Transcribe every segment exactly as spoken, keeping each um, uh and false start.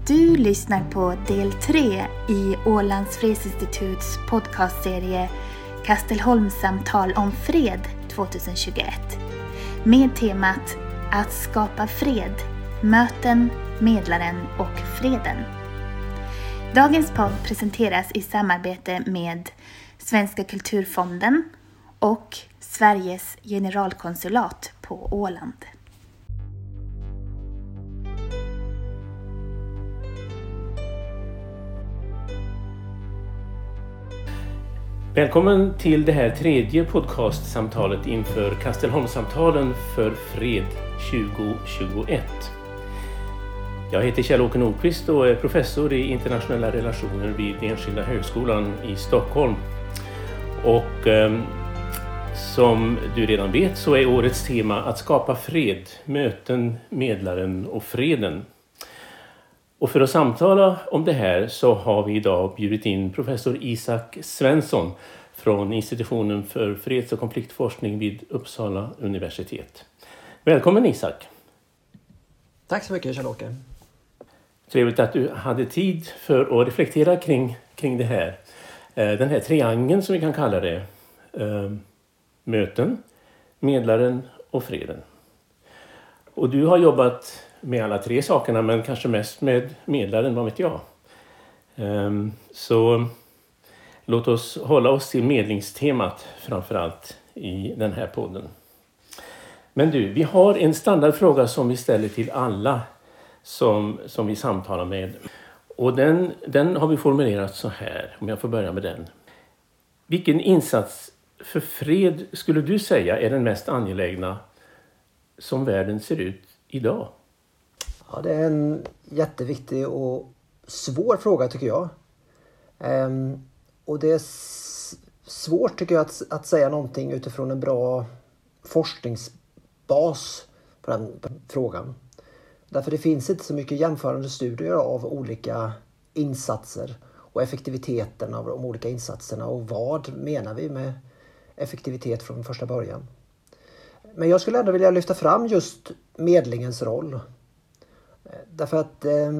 Du lyssnar på del tre i Ålands fredsinstituts podcastserie Kastelholmssamtal om fred tjugohundratjugoett med temat att skapa fred, möten, medlaren och freden. Dagens podd presenteras i samarbete med Svenska kulturfonden och Sveriges generalkonsulat på Åland. Välkommen till det här tredje podcastsamtalet inför Kastelholmssamtalen för fred tjugohundratjugoett. Jag heter Kjell-Åke Nordqvist och är professor i internationella relationer vid Enskilda högskolan i Stockholm. Och eh, som du redan vet så är årets tema att skapa fred, möten, medlaren och freden. Och för att samtala om det här så har vi idag bjudit in professor Isak Svensson från Institutionen för freds- och konfliktforskning vid Uppsala universitet. Välkommen Isak! Tack så mycket Kjell-Åke. Trevligt att du hade tid för att reflektera kring, kring det här. Den här triangeln som vi kan kalla det. Möten, medlaren och freden. Och du har jobbat med alla tre sakerna, men kanske mest med medlaren, vad vet jag. Så låt oss hålla oss till medlingstemat framförallt i den här podden. Men du, vi har en standardfråga som vi ställer till alla som, som vi samtalar med. Och den, den har vi formulerat så här, om jag får börja med den. Vilken insats för fred skulle du säga är den mest angelägna som världen ser ut idag? Ja, det är en jätteviktig och svår fråga tycker jag. Ehm, och det är s- svårt tycker jag att, att säga någonting utifrån en bra forskningsbas på den frågan. Därför det finns inte så mycket jämförande studier av olika insatser och effektiviteten av de olika insatserna och vad menar vi med effektivitet från första början. Men jag skulle ändå vilja lyfta fram just medlingens roll. Därför att eh,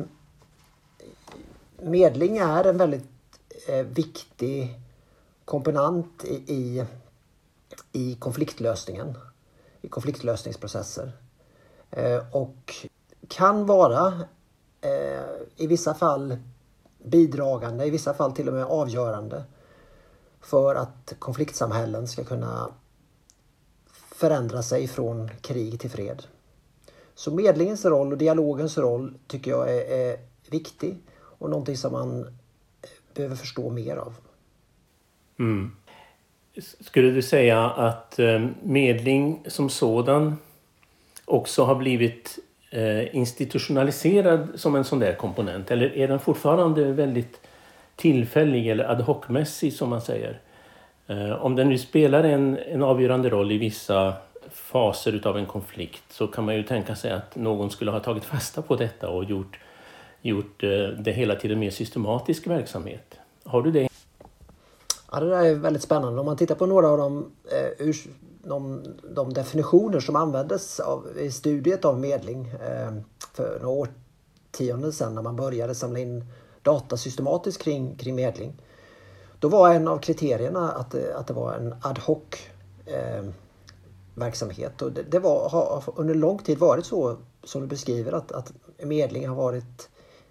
medling är en väldigt eh, viktig komponent i, i, i konfliktlösningen, i konfliktlösningsprocesser. Eh, och kan vara eh, i vissa fall bidragande, i vissa fall till och med avgörande för att konfliktsamhällen ska kunna förändra sig från krig till fred. Så medlingens roll och dialogens roll tycker jag är, är viktig och någonting som man behöver förstå mer av. Mm. Skulle du säga att eh, medling som sådan också har blivit eh, institutionaliserad som en sån där komponent? Eller är den fortfarande väldigt tillfällig eller ad hoc-mässig som man säger? Eh, om den nu spelar en, en avgörande roll i vissa faser utav en konflikt så kan man ju tänka sig att någon skulle ha tagit fasta på detta och gjort, gjort det hela till en mer systematisk verksamhet. Har du det? Ja, det där är väldigt spännande. Om man tittar på några av de, eh, ur, de, de definitioner som användes av, i studiet av medling eh, för några årtionden sedan när man började samla in data systematiskt kring, kring medling. Då var en av kriterierna att, att det var en ad hoc eh, verksamhet. Och det, det var, har under lång tid varit så som du beskriver att, att medling har varit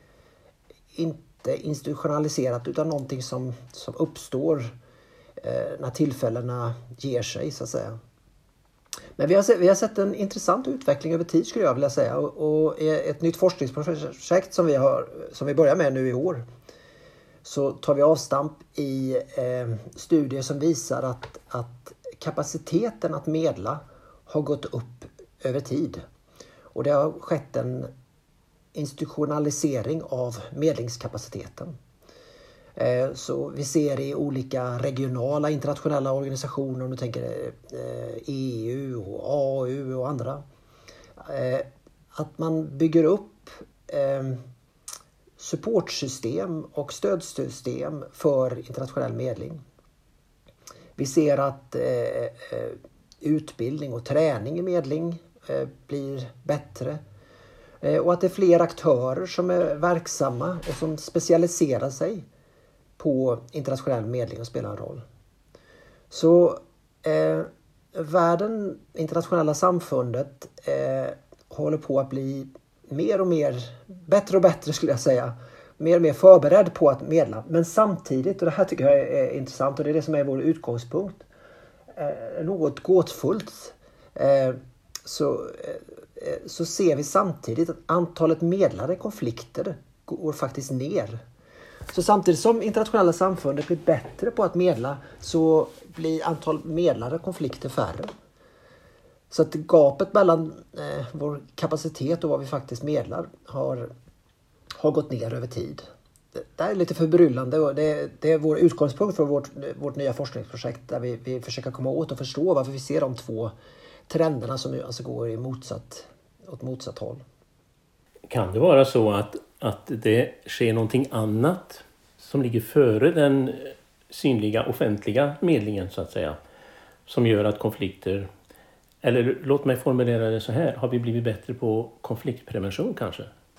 inte institutionaliserat utan någonting som, som uppstår eh, när tillfällena ger sig så att säga. Men vi har, sett, vi har sett en intressant utveckling över tid skulle jag vilja säga och, och ett nytt forskningsprojekt som vi, har, som vi börjar med nu i år så tar vi avstamp i eh, studier som visar att, att kapaciteten att medla har gått upp över tid. Och det har skett en institutionalisering av medlingskapaciteten. Eh, så vi ser i olika regionala internationella organisationer, om du tänker eh, E U och A U och andra, eh, att man bygger upp eh, supportsystem och stödsystem för internationell medling. Vi ser att eh, utbildning och träning i medling eh, blir bättre. Och att det är fler aktörer som är verksamma och som specialiserar sig på internationell medling och spelar en roll. Så eh, världen, internationella samfundet eh, håller på att bli mer och mer, bättre och bättre skulle jag säga, mer och mer förberedd på att medla. Men samtidigt, och det här tycker jag är intressant och det är det som är vår utgångspunkt, eh, något gåtfullt, eh, så, eh, så ser vi samtidigt att antalet medlade konflikter går faktiskt ner. Så samtidigt som internationella samfundet blir bättre på att medla så blir antal medlade konflikter färre. Så att gapet mellan eh, vår kapacitet och vad vi faktiskt medlar har, har gått ner över tid. Det, det är lite förbryllande och det, det är vår utgångspunkt för vårt, vårt nya forskningsprojekt där vi, vi försöker komma åt och förstå varför vi ser de två trenderna som alltså går i motsatt, åt motsatt håll. Kan det vara så att, att det sker någonting annat som ligger före den synliga offentliga medlingen så att säga, som gör att konflikter, eller låt mig formulera det så här, har vi blivit bättre på konfliktprevention kanske?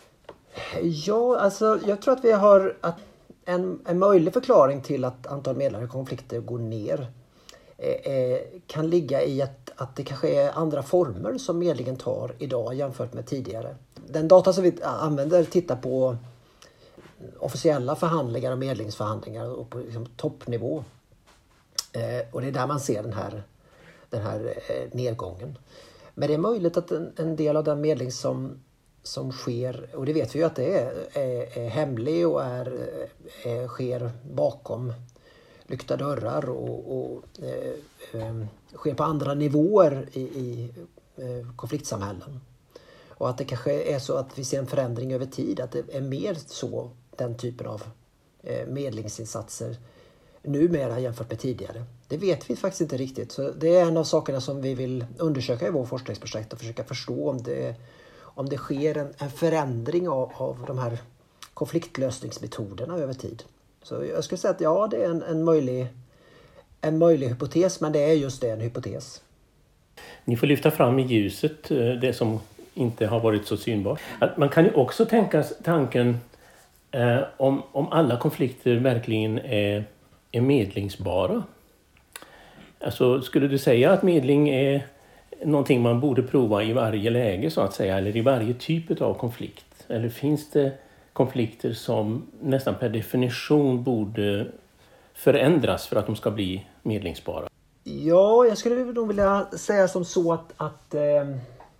Ja, alltså jag tror att vi har att en, en möjlig förklaring till att antal medlade konflikter går ner eh, eh, kan ligga i att, att det kanske är andra former som medlingen tar idag jämfört med tidigare. Den data som vi använder tittar på officiella förhandlingar och medlingsförhandlingar och på liksom, toppnivå. Eh, och det är där man ser den här, den här eh, nedgången. Men det är möjligt att en, en del av den medling som, som sker, och det vet vi ju att det är, är, är hemlig och är, är, sker bakom lyckta dörrar och, och eh, eh, sker på andra nivåer i, i eh, konfliktsamhällen. Och att det kanske är så att vi ser en förändring över tid, att det är mer så den typen av eh, medlingsinsatser numera jämfört med tidigare. Det vet vi faktiskt inte riktigt. Så det är en av sakerna som vi vill undersöka i vår forskningsprojekt och försöka förstå om det, om det sker en, en förändring av, av de här konfliktlösningsmetoderna över tid. Så jag skulle säga att ja, det är en, en, möjlig, en möjlig hypotes, men det är just det, en hypotes. Ni får lyfta fram i ljuset det som inte har varit så synbart. Man kan ju också tänka tanken eh, om, om alla konflikter verkligen är, är medlingsbara. Alltså, skulle du säga att medling är någonting man borde prova i varje läge så att säga, eller i varje typ av konflikt? Eller finns det konflikter som nästan per definition borde förändras för att de ska bli medlingsbara? Ja, jag skulle nog vilja säga som så att, att, eh,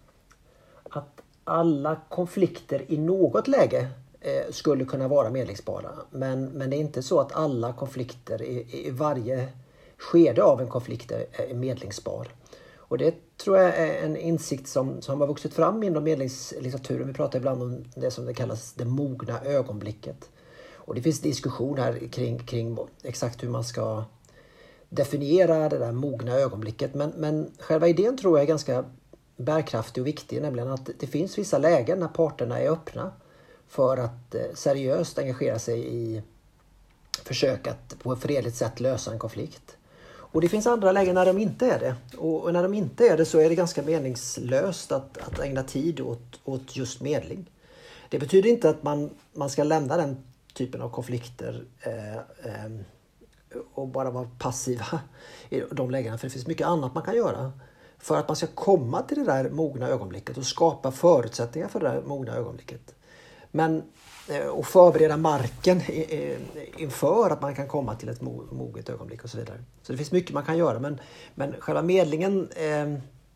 att alla konflikter i något läge eh, skulle kunna vara medlingsbara. Men, men det är inte så att alla konflikter i, i varje skede av en konflikt är medlingsbar. Och det tror jag är en insikt som, som har vuxit fram inom medlingslitteraturen. Vi pratar ibland om det som det kallas det mogna ögonblicket. Och det finns diskussion här kring, kring exakt hur man ska definiera det där mogna ögonblicket. Men, men själva idén tror jag är ganska bärkraftig och viktig. Nämligen att det finns vissa lägen när parterna är öppna för att seriöst engagera sig i försök att på ett fredligt sätt lösa en konflikt. Och det finns andra lägen när de inte är det. Och, och när de inte är det så är det ganska meningslöst att, att ägna tid åt, åt just medling. Det betyder inte att man, man ska lämna den typen av konflikter eh, eh, och bara vara passiva i de lägena. För det finns mycket annat man kan göra för att man ska komma till det där mogna ögonblicket och skapa förutsättningar för det där mogna ögonblicket. Men och förbereda marken inför att man kan komma till ett moget ögonblick och så vidare. Så det finns mycket man kan göra, men, men själva medlingen eh,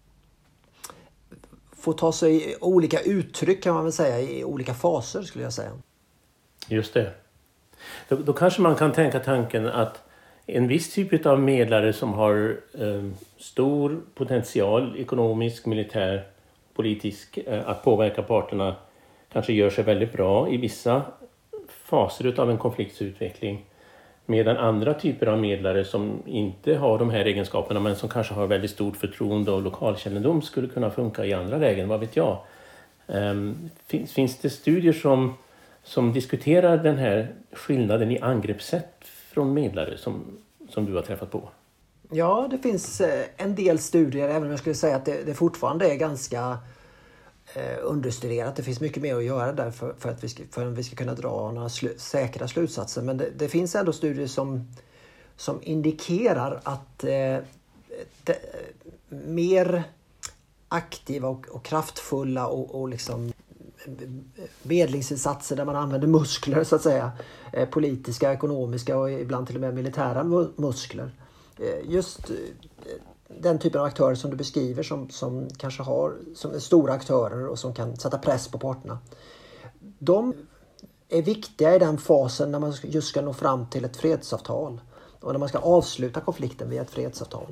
får ta sig olika uttryck kan man väl säga, i olika faser skulle jag säga. Just det. Då, då kanske man kan tänka tanken att en viss typ av medlare som har eh, stor potential, ekonomisk, militär, politisk, eh, att påverka parterna kanske gör sig väldigt bra i vissa faser av en konfliktsutveckling. Medan andra typer av medlare som inte har de här egenskaperna men som kanske har väldigt stort förtroende och lokalkännedom skulle kunna funka i andra lägen, vad vet jag. Um, finns, finns det studier som, som diskuterar den här skillnaden i angreppssätt från medlare som, som du har träffat på? Ja, det finns en del studier, även om jag skulle säga att det, det fortfarande är ganska eh, understuderat. Det finns mycket mer att göra där för, för att vi ska, för att vi ska kunna dra några slu, säkra slutsatser. Men det, det finns ändå studier som, som indikerar att eh, det, mer aktiva och, och kraftfulla och, och liksom medlingsinsatser där man använder muskler så att säga, eh, politiska, ekonomiska och ibland till och med militära mu- muskler. Eh, just eh, den typen av aktörer som du beskriver som, som kanske har som är stora aktörer och som kan sätta press på parterna. De är viktiga i den fasen när man just ska nå fram till ett fredsavtal och när man ska avsluta konflikten via ett fredsavtal.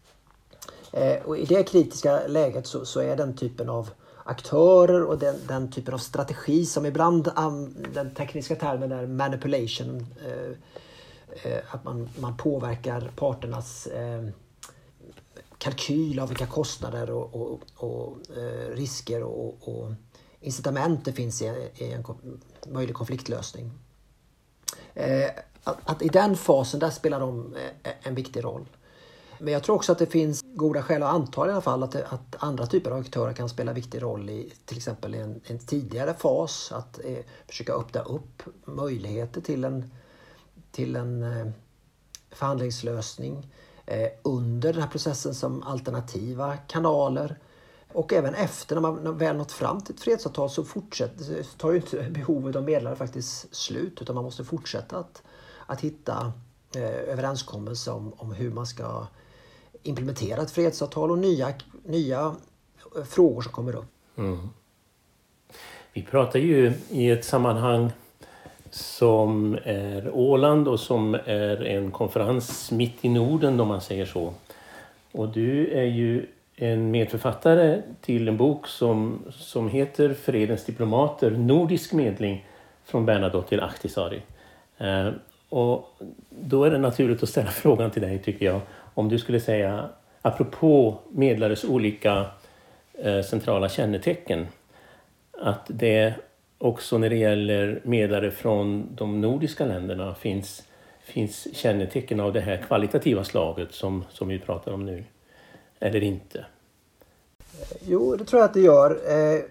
Eh, och i det kritiska läget så, så är den typen av aktörer och den, den typen av strategi som ibland um, den tekniska termen är manipulation, eh, eh, att man, man påverkar parternas eh, kalkyl av vilka kostnader och, och, och eh, risker och, och incitament det finns i, i en möjlig konfliktlösning. Eh, att, att i den fasen där spelar de eh, en viktig roll. Men jag tror också att det finns goda skäl att anta i alla fall att, det, att andra typer av aktörer kan spela viktig roll i till exempel i en, en tidigare fas. Att eh, försöka öppna upp möjligheter till en, till en eh, förhandlingslösning eh, under den här processen som alternativa kanaler. Och även efter när man väl nått fram till ett fredsavtal så fortsätter, så tar ju inte behovet av medlare faktiskt slut utan man måste fortsätta att, att hitta eh, överenskommelser om, om hur man ska implementera ett fredsavtal och nya, nya frågor som kommer upp. Mm. Vi pratar ju i ett sammanhang som är Åland och som är en konferens mitt i Norden om man säger så. Och du är ju en medförfattare till en bok som, som heter Fredens diplomater, nordisk medling från Bernadotte till Ahtisaari. Eh, och då är det naturligt att ställa frågan till dig tycker jag. Om du skulle säga, apropå medlares olika eh, centrala kännetecken, att det också när det gäller medlare från de nordiska länderna finns, finns kännetecken av det här kvalitativa slaget som, som vi pratar om nu. Eller inte? Jo, det tror jag att det gör.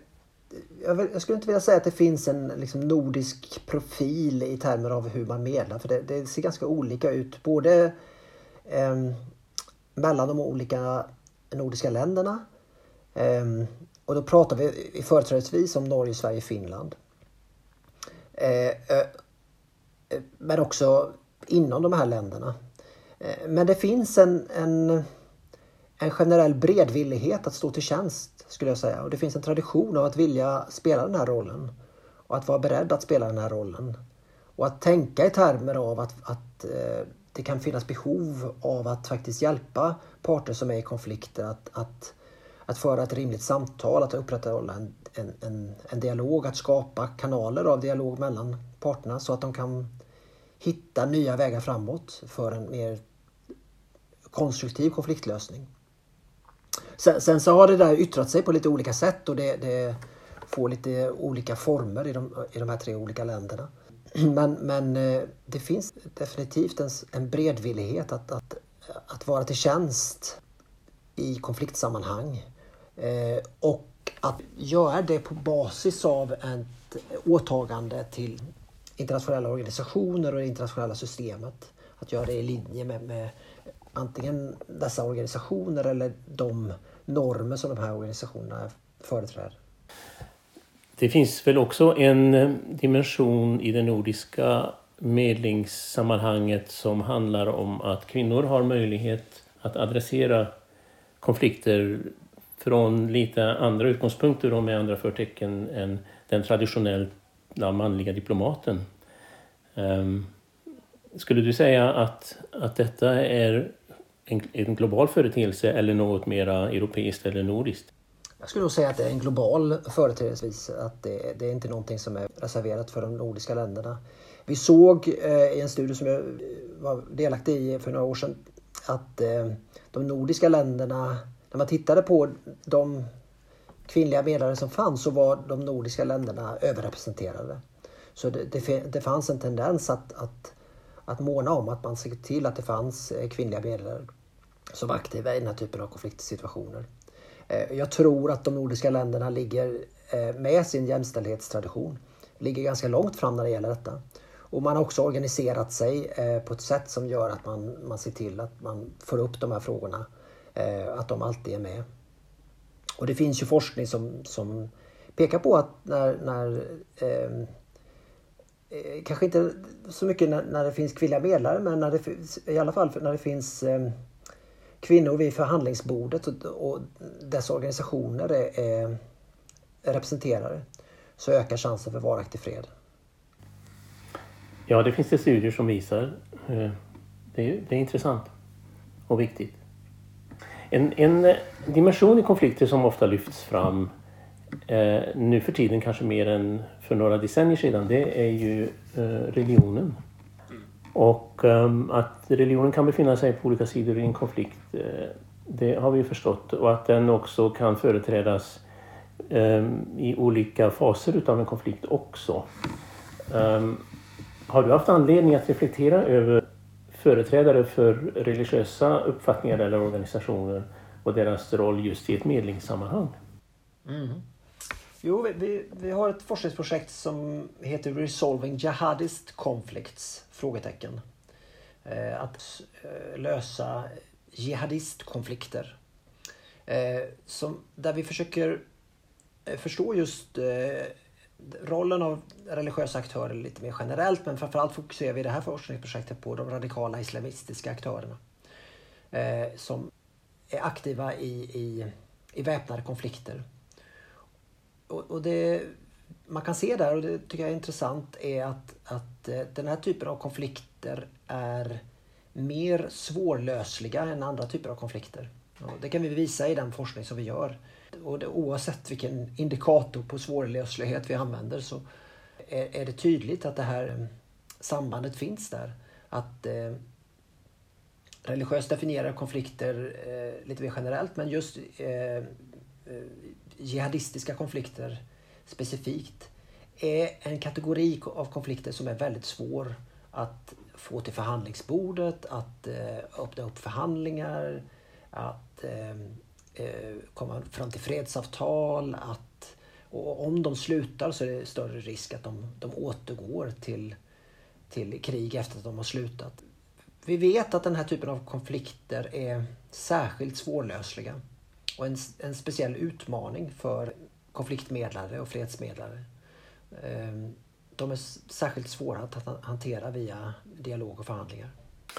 Jag skulle inte vilja säga att det finns en liksom nordisk profil i termer av hur man medlar. För det, det ser ganska olika ut. Både eh, mellan de olika nordiska länderna. Eh, och då pratar vi företrädesvis om Norge, Sverige, Finland. Eh, eh, men också inom de här länderna. Eh, men det finns en... en En generell bredvillighet att stå till tjänst skulle jag säga. Och det finns en tradition av att vilja spela den här rollen. Och att vara beredd att spela den här rollen. Och att tänka i termer av att, att eh, det kan finnas behov av att faktiskt hjälpa parter som är i konflikter. Att, att, att föra ett rimligt samtal, att upprätthålla en, en, en, en dialog. Att skapa kanaler av dialog mellan parterna så att de kan hitta nya vägar framåt för en mer konstruktiv konfliktlösning. Sen, sen så har det där yttrat sig på lite olika sätt och det, det får lite olika former i de, i de här tre olika länderna. Men, men det finns definitivt en, en bredvillighet att, att, att vara till tjänst i konfliktsammanhang. Eh, och att göra det på basis av ett åtagande till internationella organisationer och det internationella systemet. Att göra det i linje med, med antingen dessa organisationer eller de normer som de här organisationerna företräder. Det finns väl också en dimension i det nordiska medlingssammanhanget som handlar om att kvinnor har möjlighet att adressera konflikter från lite andra utgångspunkter och med andra förtecken än den traditionella manliga diplomaten. Um, skulle du säga att, att detta är en, en global företeelse eller något mer europeiskt eller nordiskt? Jag skulle nog säga att det är en global företeelse, att det, det är inte någonting som är reserverat för de nordiska länderna. Vi såg eh, i en studie som jag var delaktig i för några år sedan att eh, de nordiska länderna, när man tittade på de kvinnliga medlare som fanns så var de nordiska länderna överrepresenterade. Så det, det, det fanns en tendens att, att, att måna om att man såg till att det fanns kvinnliga medlare som var aktiva i den här typen av konfliktsituationer. Jag tror att de nordiska länderna ligger med sin jämställdhetstradition ligger ganska långt fram när det gäller detta. Och man har också organiserat sig på ett sätt som gör att man, man ser till att man får upp de här frågorna, att de alltid är med. Och det finns ju forskning som, som pekar på att när, när eh, kanske inte så mycket när, när det finns kvinnliga medlare, men när det finns, i alla fall när det finns eh, kvinnor vid förhandlingsbordet och, och dessa organisationer är, är representerade, så ökar chansen för varaktig fred. Ja, det finns det studier som visar. Det är, det är intressant och viktigt. En, en dimension i konflikter som ofta lyfts fram eh, nu för tiden, kanske mer än för några decennier sedan, det är ju eh, religionen. Och eh, att religionen kan befinna sig på olika sidor i en konflikt, eh, det har vi förstått. Och att den också kan företrädas eh, i olika faser utav en konflikt också. Eh, har du haft anledning att reflektera över företrädare för religiösa uppfattningar eller organisationer och deras roll just i ett medlingssammanhang? Mm. Jo, vi, vi, vi har ett forskningsprojekt som heter Resolving Jihadist Conflicts, frågetecken. Eh, att eh, lösa jihadistkonflikter. Eh, som, där vi försöker eh, förstå just eh, rollen av religiösa aktörer lite mer generellt, men framförallt fokuserar vi i det här forskningsprojektet på de radikala islamistiska aktörerna eh, som är aktiva i, i, i väpnade konflikter. Och, och det man kan se där, och det tycker jag är intressant, är att, att eh, den här typen av konflikter är mer svårlösliga än andra typer av konflikter. Och det kan vi visa i den forskning som vi gör. Och det, oavsett vilken indikator på svårlöslighet vi använder, så är, är det tydligt att det här sambandet finns där. Att eh, religiöst definierade konflikter eh, lite mer generellt, men just eh, jihadistiska konflikter specifikt är en kategori av konflikter som är väldigt svår att få till förhandlingsbordet, att eh, öppna upp förhandlingar, att eh, komma fram till fredsavtal, att, och om de slutar så är det större risk att de, de återgår till, till krig efter att de har slutat. Vi vet att den här typen av konflikter är särskilt svårlösliga och en, en speciell utmaning för konfliktmedlare och fredsmedlare. De är särskilt svåra att hantera via dialog och förhandlingar.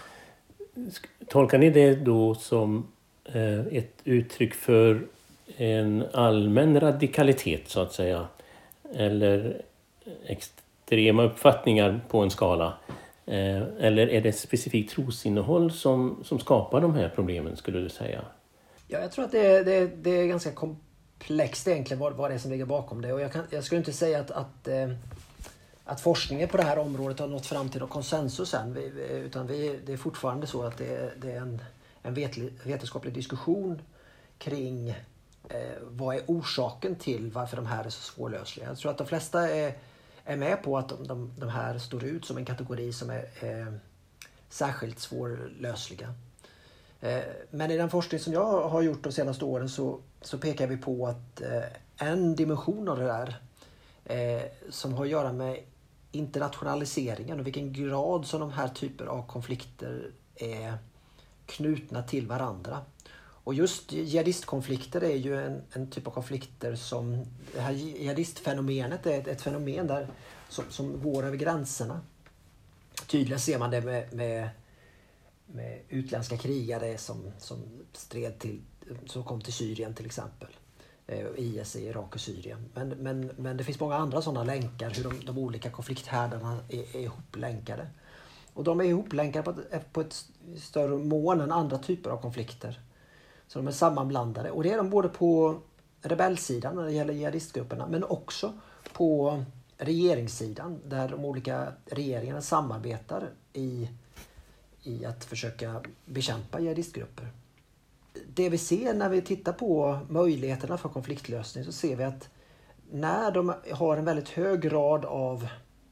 Tolkar ni det då som ett uttryck för en allmän radikalitet så att säga, eller extrema uppfattningar på en skala, eller är det ett specifikt trosinnehåll som, som skapar de här problemen, skulle du säga? Ja, jag tror att det, det, det är ganska komplext egentligen vad, vad det är som ligger bakom det, och jag, kan, jag skulle inte säga att, att, att forskningen på det här området har nått fram till någon konsensus än, vi, utan vi, det är fortfarande så att det, det är en en vetenskaplig diskussion kring eh, vad är orsaken till varför de här är så svårlösliga. Jag tror att de flesta är, är med på att de, de, de här står ut som en kategori som är eh, särskilt svårlösliga. Eh, men i den forskning som jag har gjort de senaste åren så, så pekar vi på att eh, en dimension av det där eh, som har att göra med internationaliseringen och vilken grad som de här typer av konflikter är knutna till varandra. Och just jihadistkonflikter är ju en, en typ av konflikter som, det här jihadistfenomenet är ett, ett fenomen där som, som går över gränserna. Tydligt ser man det med, med, med utländska krigare som, som stred till, som kom till Syrien till exempel. I S i Irak och Syrien. Men, men, men det finns många andra sådana länkar, hur de, de olika konflikthärdarna är, är ihoplänkade. Och de är ihoplänkade på ett, på ett större mån än andra typer av konflikter. Så de är sammanblandade. Och det är de både på rebellsidan när det gäller jihadistgrupperna, men också på regeringssidan där de olika regeringarna samarbetar i, i att försöka bekämpa jihadistgrupper. Det vi ser när vi tittar på möjligheterna för konfliktlösning, så ser vi att när de har en väldigt hög grad av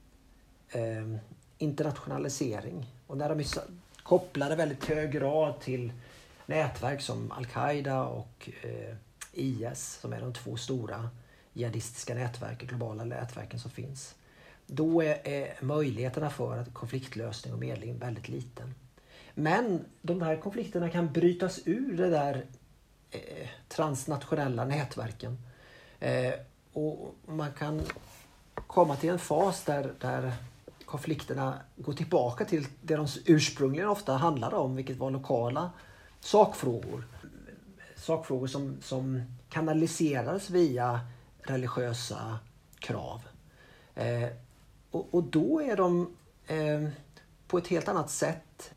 eh, internationalisering och när de är kopplade väldigt hög grad till nätverk som Al-Qaida och eh, I S, som är de två stora jihadistiska nätverken, globala nätverken som finns. Då är, är möjligheterna för att konfliktlösning och medling väldigt liten. Men de här konflikterna kan brytas ur det där eh, transnationella nätverken. Eh, och man kan komma till en fas där, där konflikterna går tillbaka till det de ursprungligen ofta handlade om, vilket var lokala sakfrågor. Sakfrågor som, som kanaliserades via religiösa krav. Eh, och, och då är de eh, på ett helt annat sätt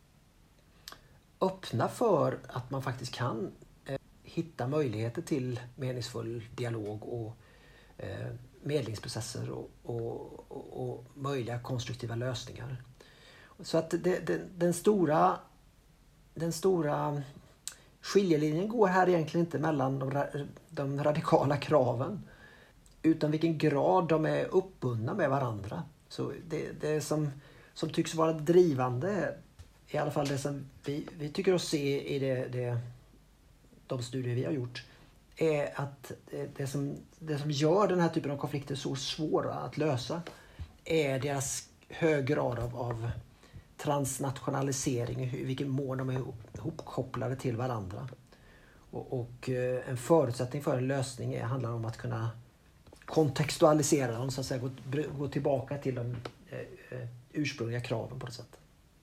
öppna för att man faktiskt kan eh, hitta möjligheter till meningsfull dialog och eh, medlingsprocesser och, och, och, och möjliga konstruktiva lösningar. Så att det, det, den stora den stora skiljelinjen går här egentligen inte mellan de, de radikala kraven, utan vilken grad de är uppbundna med varandra. Så det, det som, som tycks vara drivande, i alla fall det som vi, vi tycker oss se i det, det, de studier vi har gjort, är att det, det, som, det som gör den här typen av konflikter så svåra att lösa är deras hög grad av, av transnationalisering, i vilken mån de är ihopkopplade till varandra. Och, och en förutsättning för en lösning är, handlar om att kunna kontextualisera dem, så att säga, gå, gå tillbaka till de eh, ursprungliga kraven på det sättet.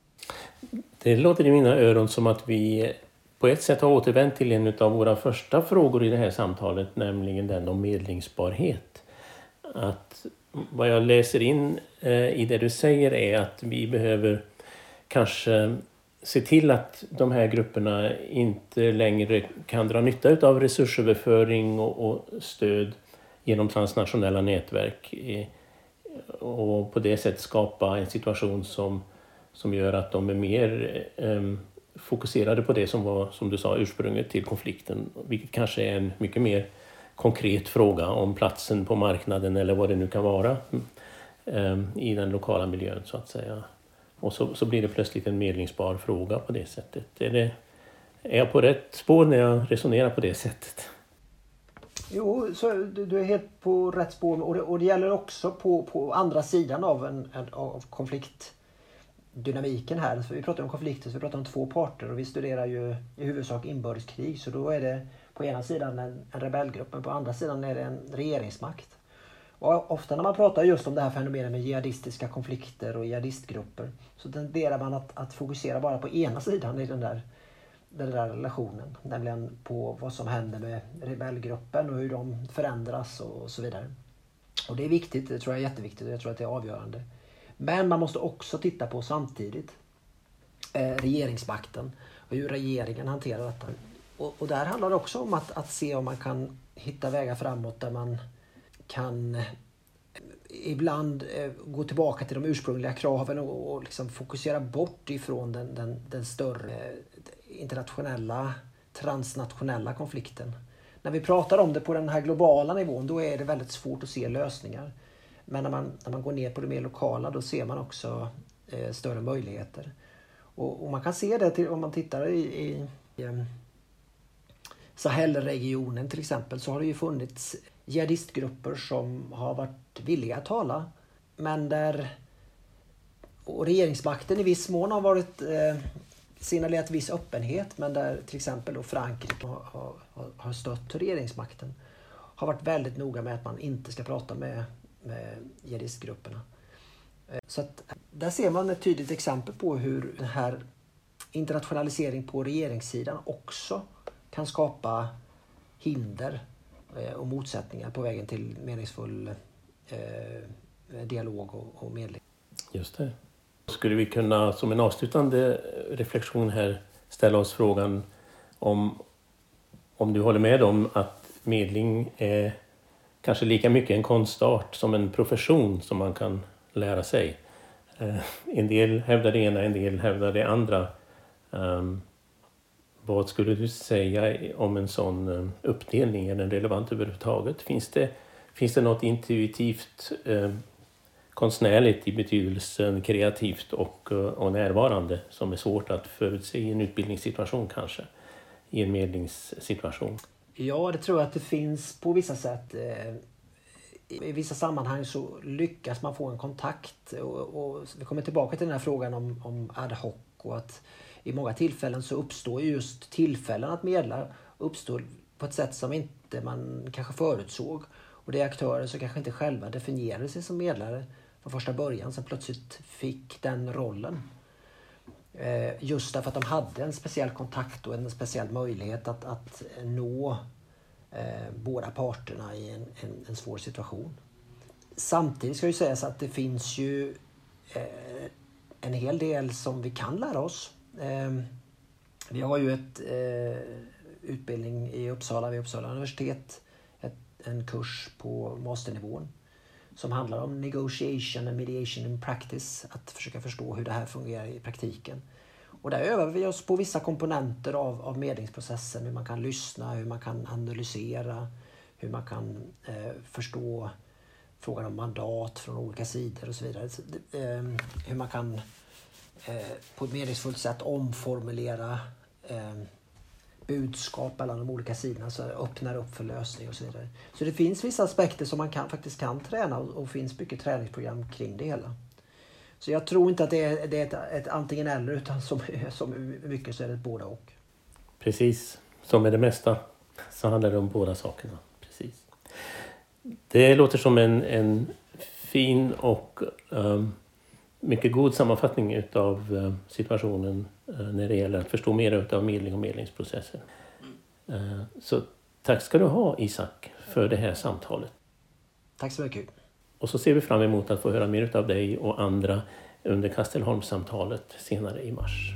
Det låter i mina öron som att vi på ett sätt har återvänt till en av våra första frågor i det här samtalet, nämligen den om medlingsbarhet. Att vad jag läser in eh, i det du säger är att vi behöver kanske se till att de här grupperna inte längre kan dra nytta av resursöverföring och, och stöd genom transnationella nätverk eh, och på det sättet skapa en situation som, som gör att de är mer eh, fokuserade på det som var, som du sa, ursprunget till konflikten, vilket kanske är en mycket mer konkret fråga om platsen på marknaden eller vad det nu kan vara eh, i den lokala miljön, så att säga. Och så, så blir det plötsligt en medlingsbar fråga på det sättet. Är, det, är jag på rätt spår när jag resonerar på det sättet? Jo, så du är helt på rätt spår, och det, och det gäller också på, på andra sidan av, en, en, av konfliktdynamiken här. Så vi pratar om konflikter, så vi pratar om två parter, och vi studerar ju i huvudsak inbördeskrig, så då är det på ena sidan en, en rebellgrupp, men på andra sidan är det en regeringsmakt. Och ofta när man pratar just om det här fenomenet med jihadistiska konflikter och jihadistgrupper, så tenderar man att, att fokusera bara på ena sidan i den där, den där relationen, nämligen på vad som händer med rebellgruppen och hur de förändras och så vidare. Och det är viktigt, det tror jag är jätteviktigt, och jag tror att det är avgörande. Men man måste också titta på samtidigt eh, regeringsmakten och hur regeringen hanterar detta. Och, och där handlar det också om att, att se om man kan hitta vägar framåt där man kan ibland eh, gå tillbaka till de ursprungliga kraven och, och liksom fokusera bort ifrån den, den, den större eh, internationella, transnationella konflikten. När vi pratar om det på den här globala nivån, då är det väldigt svårt att se lösningar. Men när man, när man går ner på det mer lokala, då ser man också eh, större möjligheter. Och, och man kan se det till, om man tittar i, i, i eh, Sahelregionen till exempel, så har det ju funnits jihadistgrupper som har varit villiga att tala, men där och regeringsmakten i viss mån har varit eh, signalerat viss öppenhet, men där till exempel då Frankrike har, har, har stött regeringsmakten, har varit väldigt noga med att man inte ska prata med, med jihadistgrupperna. Eh, så att där ser man ett tydligt exempel på hur den här internationalisering på regeringssidan också kan skapa hinder och motsättningar på vägen till meningsfull eh, dialog och, och medling. Just det. Skulle vi kunna som en avslutande reflektion här ställa oss frågan om, om du håller med om att medling är kanske lika mycket en konstart som en profession som man kan lära sig. Eh, en del hävdar det ena, en del hävdar det andra. Um, Vad skulle du säga om en sån uppdelning? Är den relevant överhuvudtaget? Finns det, finns det något intuitivt eh, konstnärligt i betydelsen kreativt och, och närvarande som är svårt att förutse i en utbildningssituation kanske? I en medlingssituation? Ja, det tror jag att det finns på vissa sätt. I vissa sammanhang så lyckas man få en kontakt. Och, och vi kommer tillbaka till den här frågan om, om ad hoc. Och att i många tillfällen så uppstår just tillfällen att medla uppstår på ett sätt som inte man kanske förutsåg. Och det är aktörer som kanske inte själva definierade sig som medlare från första början som plötsligt fick den rollen. Just därför att de hade en speciell kontakt och en speciell möjlighet att, att nå eh, båda parterna i en, en, en svår situation. Samtidigt ska ju sägas att det finns ju eh, en hel del som vi kan lära oss. Eh, vi har ju ett eh, utbildning i Uppsala vid Uppsala universitet, ett, en kurs på masternivån som handlar om negotiation and mediation in practice, att försöka förstå hur det här fungerar i praktiken. Och där övar vi oss på vissa komponenter av, av medlingsprocessen, hur man kan lyssna, hur man kan analysera, hur man kan eh, förstå frågan om mandat från olika sidor och så vidare. Så, eh, hur man kan eh, på ett meningsfullt sätt omformulera eh, budskap mellan de olika sidorna, så öppnar upp för lösning och så vidare. Så det finns vissa aspekter som man kan, faktiskt kan träna och, och finns mycket träningsprogram kring det hela. Så jag tror inte att det är, det är ett, ett antingen eller, utan som, som mycket så är det ett båda och. Precis, som med det mesta så handlar det om båda sakerna. Precis. Det låter som en, en fin och um, mycket god sammanfattning utav uh, situationen uh, när det gäller att förstå mer av medling och medlingsprocessen. Uh, så tack ska du ha, Isak, för det här samtalet. Tack så mycket. Och så ser vi fram emot att få höra mer av dig och andra under Kastelholmssamtalet senare i mars.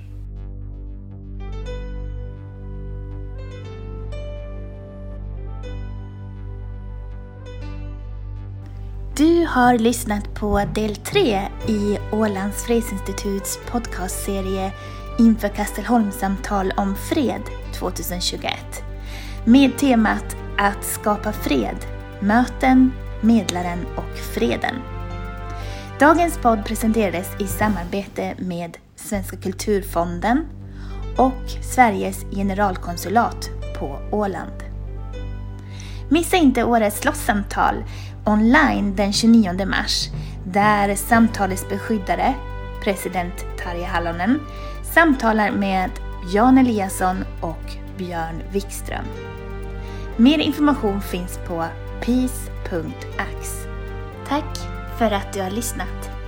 Du har lyssnat på del tre i Ålands fredsinstituts podcastserie inför Kastelholmssamtal om fred tjugohundratjugoett med temat att skapa fred, möten, medlaren och freden. Dagens podd presenterades i samarbete med Svenska kulturfonden och Sveriges generalkonsulat på Åland. Missa inte årets slottssamtal online den tjugonionde mars, där samtalets beskyddare, president Tarja Halonen, samtalar med Jan Eliasson och Björn Wikström. Mer information finns på peace punkt ax. Tack för att du har lyssnat.